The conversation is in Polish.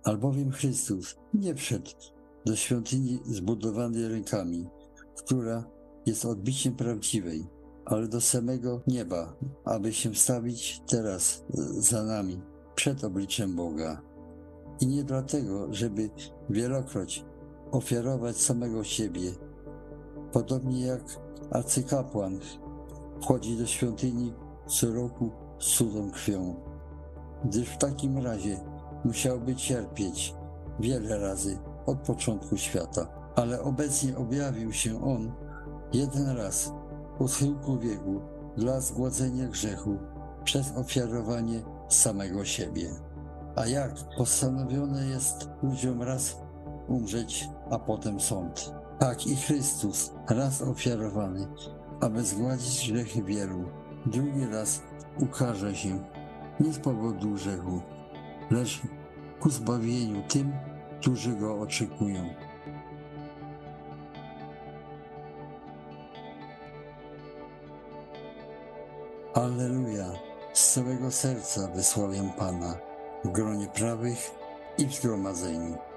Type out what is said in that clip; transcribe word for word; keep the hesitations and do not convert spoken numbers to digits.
albowiem Chrystus nie wszedł do świątyni zbudowanej rękami, która jest odbiciem prawdziwej, ale do samego nieba, aby się stawić teraz za nami, przed obliczem Boga. I nie dlatego, żeby wielokroć ofiarować samego siebie, podobnie jak arcykapłan wchodzi do świątyni co roku z cudą krwią, gdyż w takim razie musiałby cierpieć wiele razy od początku świata. Ale obecnie objawił się On jeden raz po schyłku wieku dla zgładzenia grzechu przez ofiarowanie samego siebie. A jak postanowione jest ludziom raz umrzeć, a potem sąd, tak i Chrystus raz ofiarowany, aby zgładzić grzechy wielu, drugi raz ukaże się nie z powodu grzechu, lecz ku zbawieniu tym, którzy Go oczekują. Alleluja! Z całego serca wysławiam Pana w gronie prawych i w zgromadzeniu.